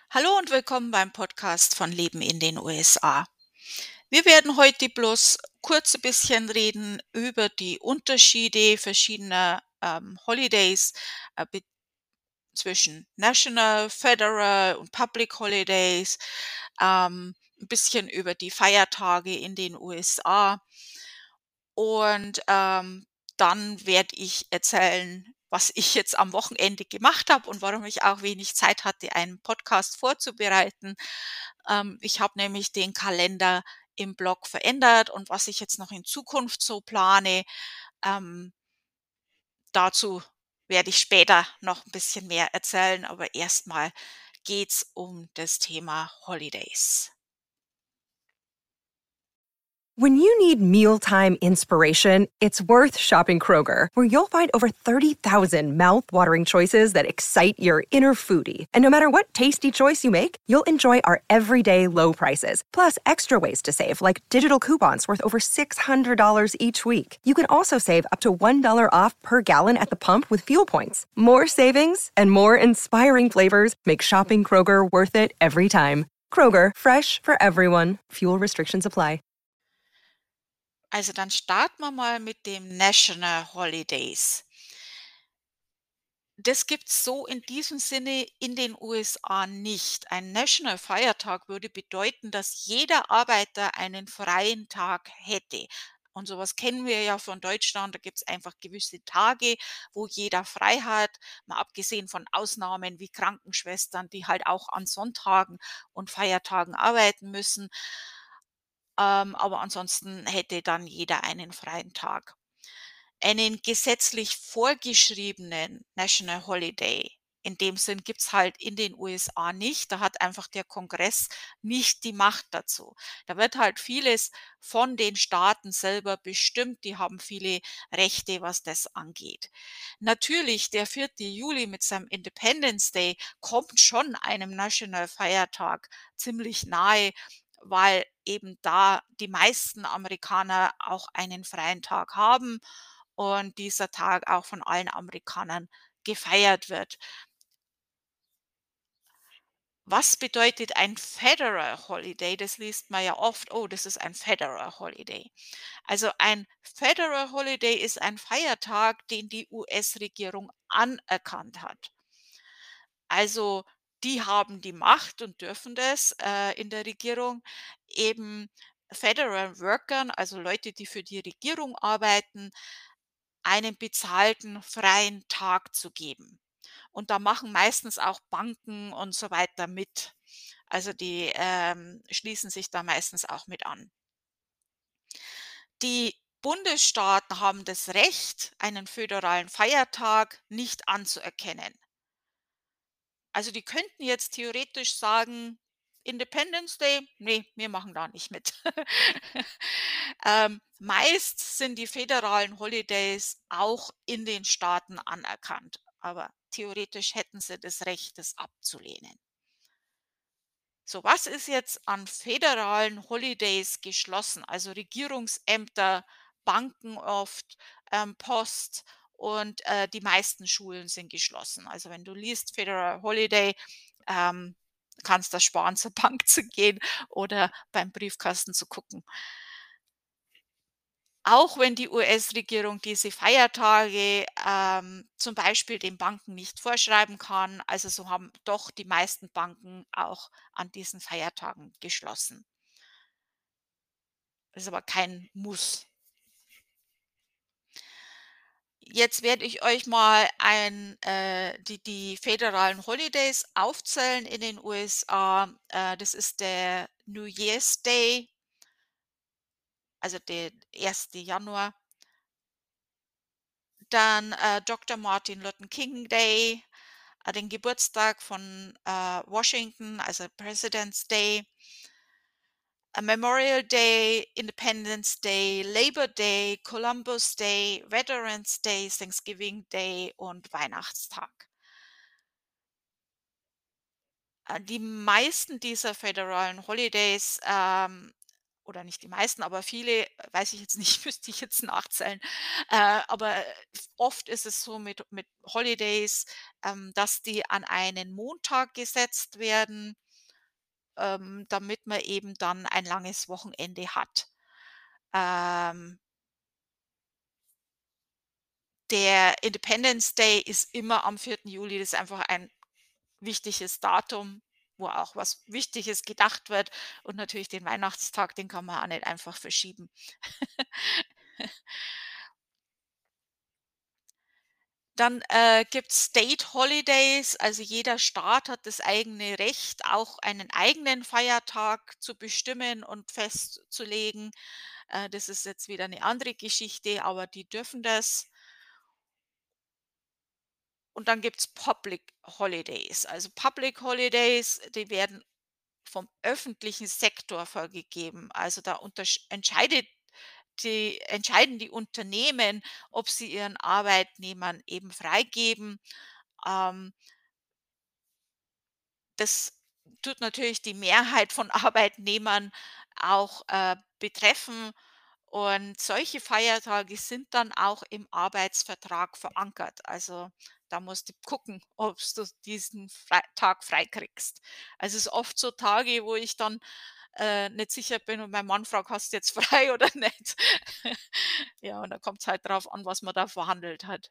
Hallo und willkommen beim Podcast von Leben in den USA. Wir werden heute bloß kurz ein bisschen reden über die Unterschiede verschiedener Holidays zwischen National, Federal und Public Holidays, ein bisschen über die Feiertage in den USA und dann werde ich erzählen, was ich jetzt am Wochenende gemacht habe und warum ich auch wenig Zeit hatte, einen Podcast vorzubereiten. Ich habe nämlich den Kalender im Blog verändert und was ich jetzt noch in Zukunft so plane, ähm, dazu werde ich später noch ein bisschen mehr erzählen, aber erstmal geht's um das Thema Holidays. When you need mealtime inspiration, it's worth shopping Kroger, where you'll find over 30,000 mouth-watering choices that excite your inner foodie. And no matter what tasty choice you make, you'll enjoy our everyday low prices, plus extra ways to save, like digital coupons worth over $600 each week. You can also save up to $1 off per gallon at the pump with fuel points. More savings and more inspiring flavors make shopping Kroger worth it every time. Kroger, fresh for everyone. Fuel restrictions apply. Also dann starten wir mal mit dem National Holidays. Das gibt's so in diesem Sinne in den USA nicht. Ein National-Feiertag würde bedeuten, dass jeder Arbeiter einen freien Tag hätte. Und sowas kennen wir ja von Deutschland. Da gibt's einfach gewisse Tage, wo jeder frei hat, mal abgesehen von Ausnahmen wie Krankenschwestern, die halt auch an Sonntagen und Feiertagen arbeiten müssen. Aber ansonsten hätte dann jeder einen freien Tag. Einen gesetzlich vorgeschriebenen National Holiday in dem Sinn gibt's halt in den USA nicht. Da hat einfach der Kongress nicht die Macht dazu. Da wird halt vieles von den Staaten selber bestimmt. Die haben viele Rechte, was das angeht. Natürlich, der 4. Juli mit seinem Independence Day kommt schon einem National-Feiertag ziemlich nahe, weil eben da die meisten Amerikaner auch einen freien Tag haben und dieser Tag auch von allen Amerikanern gefeiert wird. Was bedeutet ein Federal Holiday? Das liest man ja oft: „Oh, das ist ein Federal Holiday." Also, ein Federal Holiday ist ein Feiertag, den die US-Regierung anerkannt hat. Also, die haben die Macht und dürfen das, in der Regierung eben Federal Workern, also Leute, die für die Regierung arbeiten, einen bezahlten freien Tag zu geben. Und da machen meistens auch Banken und so weiter mit. Also, die, schließen sich da meistens auch mit an. Die Bundesstaaten haben das Recht, einen föderalen Feiertag nicht anzuerkennen. Also, die könnten jetzt theoretisch sagen: „Independence Day, ne, wir machen da nicht mit." Meist sind die föderalen Holidays auch in den Staaten anerkannt, aber theoretisch hätten sie das Recht, das abzulehnen. So, was ist jetzt an föderalen Holidays geschlossen? Also Regierungsämter, Banken oft, Post und, die meisten Schulen sind geschlossen. Also, wenn du liest Federal Holiday, ähm, kannst das sparen, zur Bank zu gehen oder beim Briefkasten zu gucken. Auch wenn die US-Regierung diese Feiertage, zum Beispiel den Banken nicht vorschreiben kann, also so haben doch die meisten Banken auch an diesen Feiertagen geschlossen. Das ist aber kein Muss. Jetzt werde ich euch mal die föderalen Holidays aufzählen in den USA. Das ist der New Year's Day, also der 1. Januar. Dann, Dr. Martin Luther King Day, den Geburtstag von, Washington, also President's Day, Memorial Day, Independence Day, Labor Day, Columbus Day, Veterans Day, Thanksgiving Day und Weihnachtstag. Die meisten dieser föderalen Holidays, oder nicht die meisten, aber viele, weiß ich jetzt nicht, müsste ich jetzt nachzählen. Aber oft ist es so mit Holidays, dass die an einen Montag gesetzt werden, damit man eben dann ein langes Wochenende hat. Ähm, Der Independence Day ist immer am 4. Juli. Das ist einfach ein wichtiges Datum, wo auch was Wichtiges gedacht wird, und natürlich den Weihnachtstag, den kann man auch nicht einfach verschieben. Dann, gibt's State Holidays, also jeder Staat hat das eigene Recht, auch einen eigenen Feiertag zu bestimmen und festzulegen. Das ist jetzt wieder eine andere Geschichte, aber die dürfen das. Und dann gibt's Public Holidays. Also Public Holidays, die werden vom öffentlichen Sektor vorgegeben. Also da entscheiden die Unternehmen, ob sie ihren Arbeitnehmern eben freigeben. Ähm, Das tut natürlich die Mehrheit von Arbeitnehmern auch, betreffen, und solche Feiertage sind dann auch im Arbeitsvertrag verankert. Also, da musst du gucken, ob du diesen Tag freikriegst. Also, es ist oft so Tage, wo ich dann, nicht sicher bin und mein Mann fragt: „Hast du jetzt frei oder nicht?“ Ja, und da kommt es halt drauf an, was man da verhandelt hat.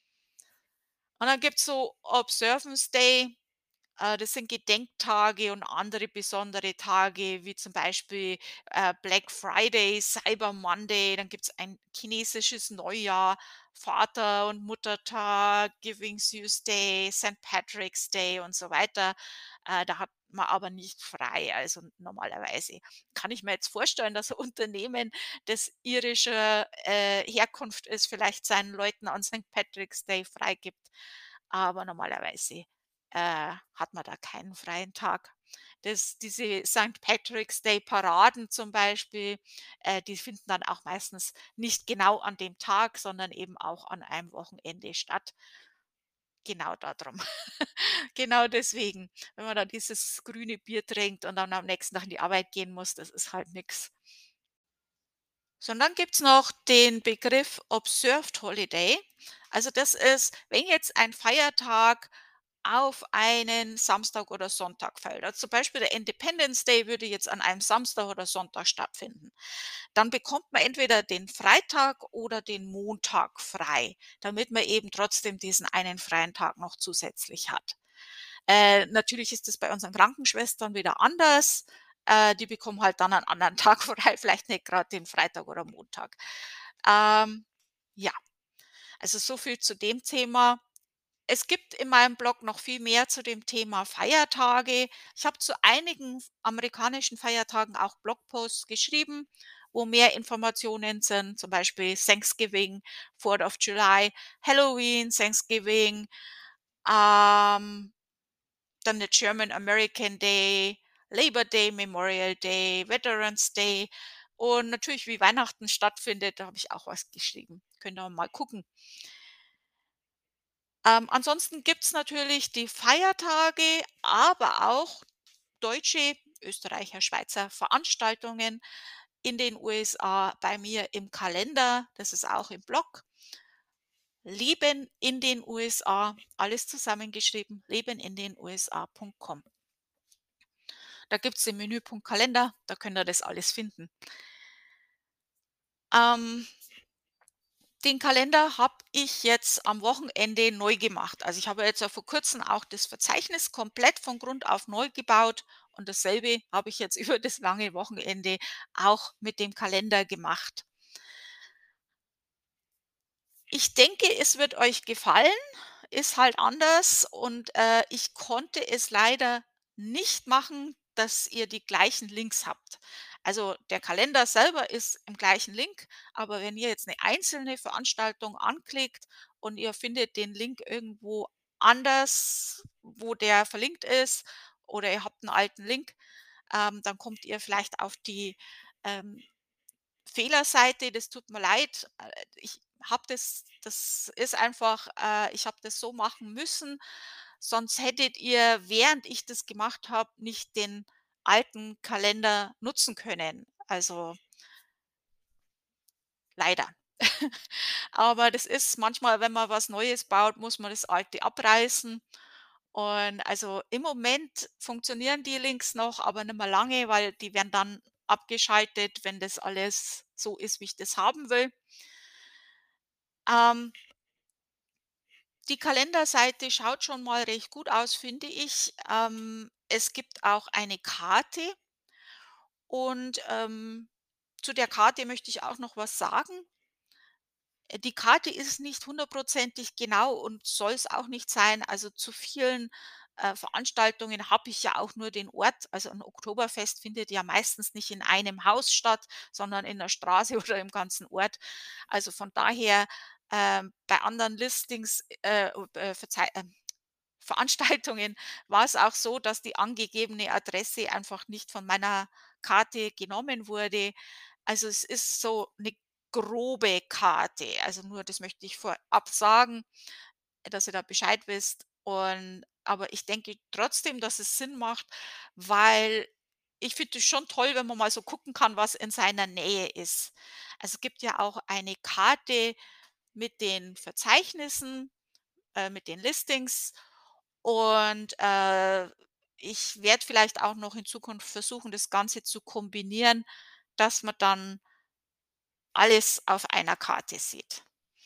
Und dann gibt's so Observance Day. Das sind Gedenktage und andere besondere Tage, wie zum Beispiel, Black Friday, Cyber Monday, dann gibt's ein chinesisches Neujahr, Vater und Muttertag, Giving Tuesday, St. Patrick's Day und so weiter. Da hat man aber nicht frei, also normalerweise. Kann ich mir jetzt vorstellen, dass ein Unternehmen, das irischer, Herkunft ist, vielleicht seinen Leuten an St. Patrick's Day freigibt, aber normalerweise hat man da keinen freien Tag. Diese St. Patrick's Day Paraden zum Beispiel, die finden dann auch meistens nicht genau an dem Tag, sondern eben auch an einem Wochenende statt. Genau darum. Genau deswegen. Wenn man da dieses grüne Bier trinkt und dann am nächsten Tag in die Arbeit gehen muss, das ist halt nix. So, und dann gibt's noch den Begriff Observed Holiday. Also das ist, wenn jetzt ein Feiertag auf einen Samstag oder Sonntag fällt. Also zum Beispiel der Independence Day würde jetzt an einem Samstag oder Sonntag stattfinden. Dann bekommt man entweder den Freitag oder den Montag frei, damit man eben trotzdem diesen einen freien Tag noch zusätzlich hat. Natürlich ist es bei unseren Krankenschwestern wieder anders. Die bekommen halt dann einen anderen Tag frei, vielleicht nicht gerade den Freitag oder Montag. Ähm, ja, also so viel zu dem Thema. Es gibt in meinem Blog noch viel mehr zu dem Thema Feiertage. Ich habe zu einigen amerikanischen Feiertagen auch Blogposts geschrieben, wo mehr Informationen sind, zum Beispiel Thanksgiving, 4th of July, Halloween, Thanksgiving, ähm, dann der German American Day, Labor Day, Memorial Day, Veterans Day und natürlich, wie Weihnachten stattfindet, da habe ich auch was geschrieben. Könnt ihr mal gucken. Ansonsten gibt's natürlich die Feiertage, aber auch deutsche, Österreicher, Schweizer Veranstaltungen in den USA bei mir im Kalender. Das ist auch im Blog. Leben in den USA, alles zusammengeschrieben, lebenindenusa.com. Da gibt's den Menüpunkt Kalender, da könnt ihr das alles finden. Ähm, Den Kalender habe ich jetzt am Wochenende neu gemacht. Also, ich habe jetzt ja vor Kurzem auch das Verzeichnis komplett von Grund auf neu gebaut, und dasselbe habe ich jetzt über das lange Wochenende auch mit dem Kalender gemacht. Ich denke, es wird euch gefallen, ist halt anders, und, ich konnte es leider nicht machen, dass ihr die gleichen Links habt. Also, der Kalender selber ist im gleichen Link, aber wenn ihr jetzt eine einzelne Veranstaltung anklickt und ihr findet den Link irgendwo anders, wo der verlinkt ist, oder ihr habt einen alten Link, dann kommt ihr vielleicht auf die, ähm, Fehlerseite, das tut mir leid. Das ist einfach, ich habe das so machen müssen, sonst hättet ihr, während ich das gemacht habe, nicht den alten Kalender nutzen können. Also, leider. Aber das ist manchmal, wenn man was Neues baut, muss man das Alte abreißen. Und also im Moment funktionieren die Links noch, aber nicht mehr lange, weil die werden dann abgeschaltet, wenn das alles so ist, wie ich das haben will. Ähm, Die Kalenderseite schaut schon mal recht gut aus, finde ich. Es gibt auch eine Karte und zu der Karte möchte ich auch noch was sagen. Die Karte ist nicht hundertprozentig genau und soll es auch nicht sein. Also, zu vielen, Veranstaltungen habe ich ja auch nur den Ort. Also, ein Oktoberfest findet ja meistens nicht in einem Haus statt, sondern in der Straße oder im ganzen Ort. Also, von daher, bei anderen Listings, Veranstaltungen war es auch so, dass die angegebene Adresse einfach nicht von meiner Karte genommen wurde. Also, es ist so eine grobe Karte. Also, nur das möchte ich vorab sagen, dass ihr da Bescheid wisst. Aber ich denke trotzdem, dass es Sinn macht, weil ich finde es schon toll, wenn man mal so gucken kann, was in seiner Nähe ist. Also, es gibt ja auch eine Karte mit den Verzeichnissen, mit den Listings und, ich werde vielleicht auch noch in Zukunft versuchen, das Ganze zu kombinieren, dass man dann alles auf einer Karte sieht.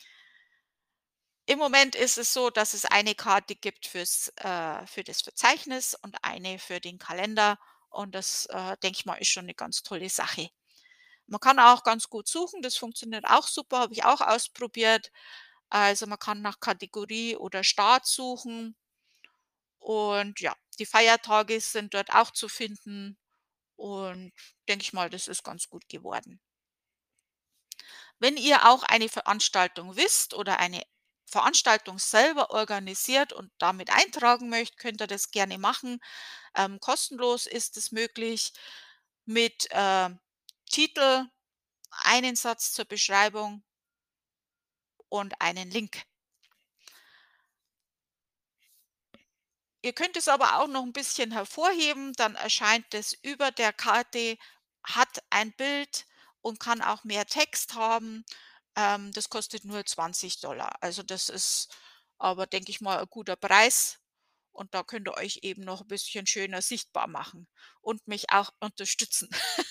Im Moment ist es so, dass es eine Karte gibt für das Verzeichnis und eine für den Kalender und das, denke ich mal, ist schon eine ganz tolle Sache. Man kann auch ganz gut suchen, das funktioniert auch super, habe ich auch ausprobiert. Also, man kann nach Kategorie oder Staat suchen und ja, die Feiertage sind dort auch zu finden und denke ich mal, das ist ganz gut geworden. Wenn ihr auch eine Veranstaltung wisst oder eine Veranstaltung selber organisiert und damit eintragen möchtet, könnt ihr das gerne machen. Kostenlos ist es möglich mit Titel, einen Satz zur Beschreibung und einen Link. Ihr könnt es aber auch noch ein bisschen hervorheben, dann erscheint es über der Karte, hat ein Bild und kann auch mehr Text haben. Das kostet nur 20 $. Also, das ist aber, denke ich mal, ein guter Preis und da könnt ihr euch eben noch ein bisschen schöner sichtbar machen und mich auch unterstützen.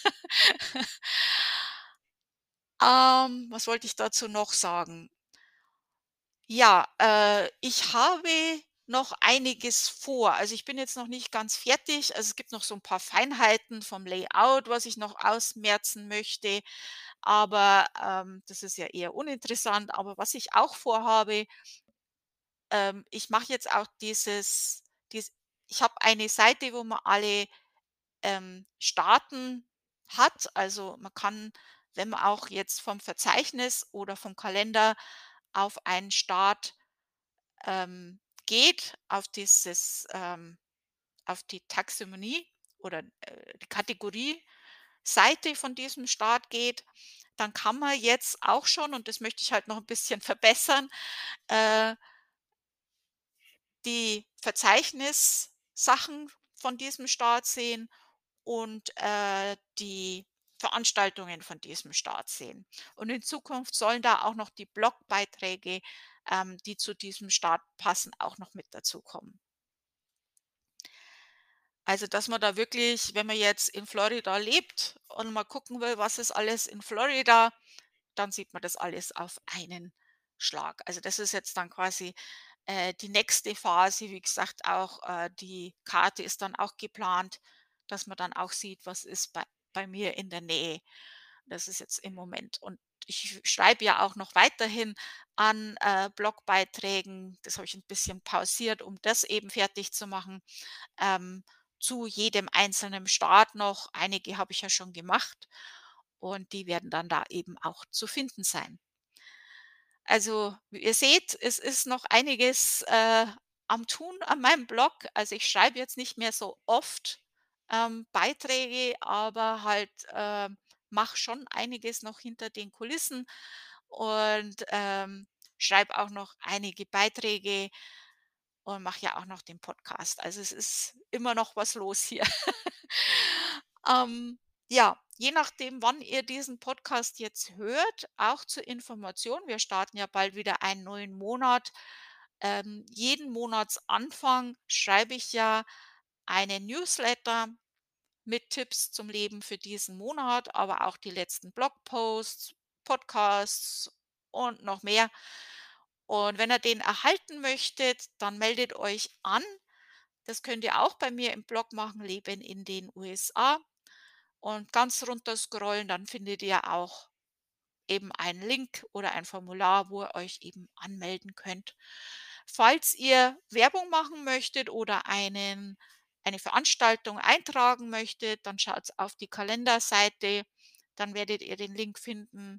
Was wollte ich dazu noch sagen? Ja, ich habe noch einiges vor. Also, ich bin jetzt noch nicht ganz fertig. Also, es gibt noch so ein paar Feinheiten vom Layout, was ich noch ausmerzen möchte, aber, das ist ja eher uninteressant. Aber was ich auch vorhabe, ich mache jetzt auch ich habe eine Seite, wo man alle, Staaten hat. Also, man kann, wenn man auch jetzt vom Verzeichnis oder vom Kalender auf einen Start geht auf die Taxonomie oder, die Kategorie-Seite von diesem Staat geht, dann kann man jetzt auch schon, und das möchte ich halt noch ein bisschen verbessern, äh, die Verzeichnissachen von diesem Staat sehen und, die Veranstaltungen von diesem Staat sehen. Und in Zukunft sollen da auch noch die Blogbeiträge, die zu diesem Staat passen, auch noch mit dazukommen. Also, dass man da wirklich, wenn man jetzt in Florida lebt und mal gucken will, was ist alles in Florida, dann sieht man das alles auf einen Schlag. Also, das ist jetzt dann quasi, die nächste Phase. Wie gesagt, auch, die Karte ist dann auch geplant, dass man dann auch sieht, was ist bei mir in der Nähe. Das ist jetzt im Moment. Und ich schreibe ja auch noch weiterhin an, Blogbeiträgen. Das habe ich ein bisschen pausiert, um das eben fertig zu machen, ähm, zu jedem einzelnen Staat noch. Einige habe ich ja schon gemacht und die werden dann da eben auch zu finden sein. Also, wie ihr seht, es ist noch einiges, am Tun an meinem Blog. Also, ich schreibe jetzt nicht mehr so oft, Beiträge, aber halt, mache schon einiges noch hinter den Kulissen und, schreibe auch noch einige Beiträge und mache ja auch noch den Podcast. Also, es ist immer noch was los hier. Ähm Ja, je nachdem, wann ihr diesen Podcast jetzt hört, auch zur Information, wir starten ja bald wieder einen neuen Monat. Jeden Monatsanfang schreibe ich ja einen Newsletter mit Tipps zum Leben für diesen Monat, aber auch die letzten Blogposts, Podcasts und noch mehr. Und wenn ihr den erhalten möchtet, dann meldet euch an. Das könnt ihr auch bei mir im Blog machen, Leben in den USA. Und ganz runter scrollen, dann findet ihr auch eben einen Link oder ein Formular, wo ihr euch eben anmelden könnt. Falls ihr Werbung machen möchtet oder eine Veranstaltung eintragen möchtet, dann schaut auf die Kalenderseite, dann werdet ihr den Link finden.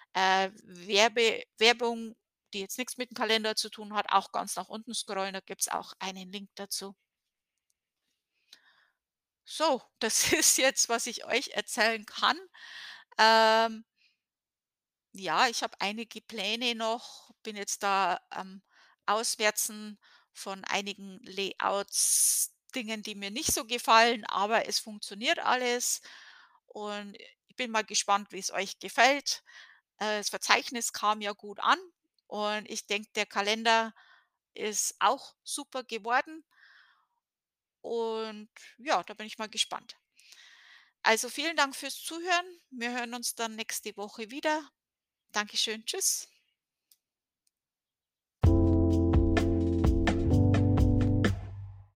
Werbung, die jetzt nichts mit dem Kalender zu tun hat, auch ganz nach unten scrollen, da gibt es auch einen Link dazu. So, das ist jetzt, was ich euch erzählen kann. Ähm, Ja, ich habe einige Pläne noch, bin jetzt da am Auswerzen von einigen Layouts, Dingen, die mir nicht so gefallen, aber es funktioniert alles und ich bin mal gespannt, wie es euch gefällt. Das Verzeichnis kam ja gut an und ich denke, der Kalender ist auch super geworden und ja, da bin ich mal gespannt. Also vielen Dank fürs Zuhören. Wir hören uns dann nächste Woche wieder. Dankeschön. Tschüss.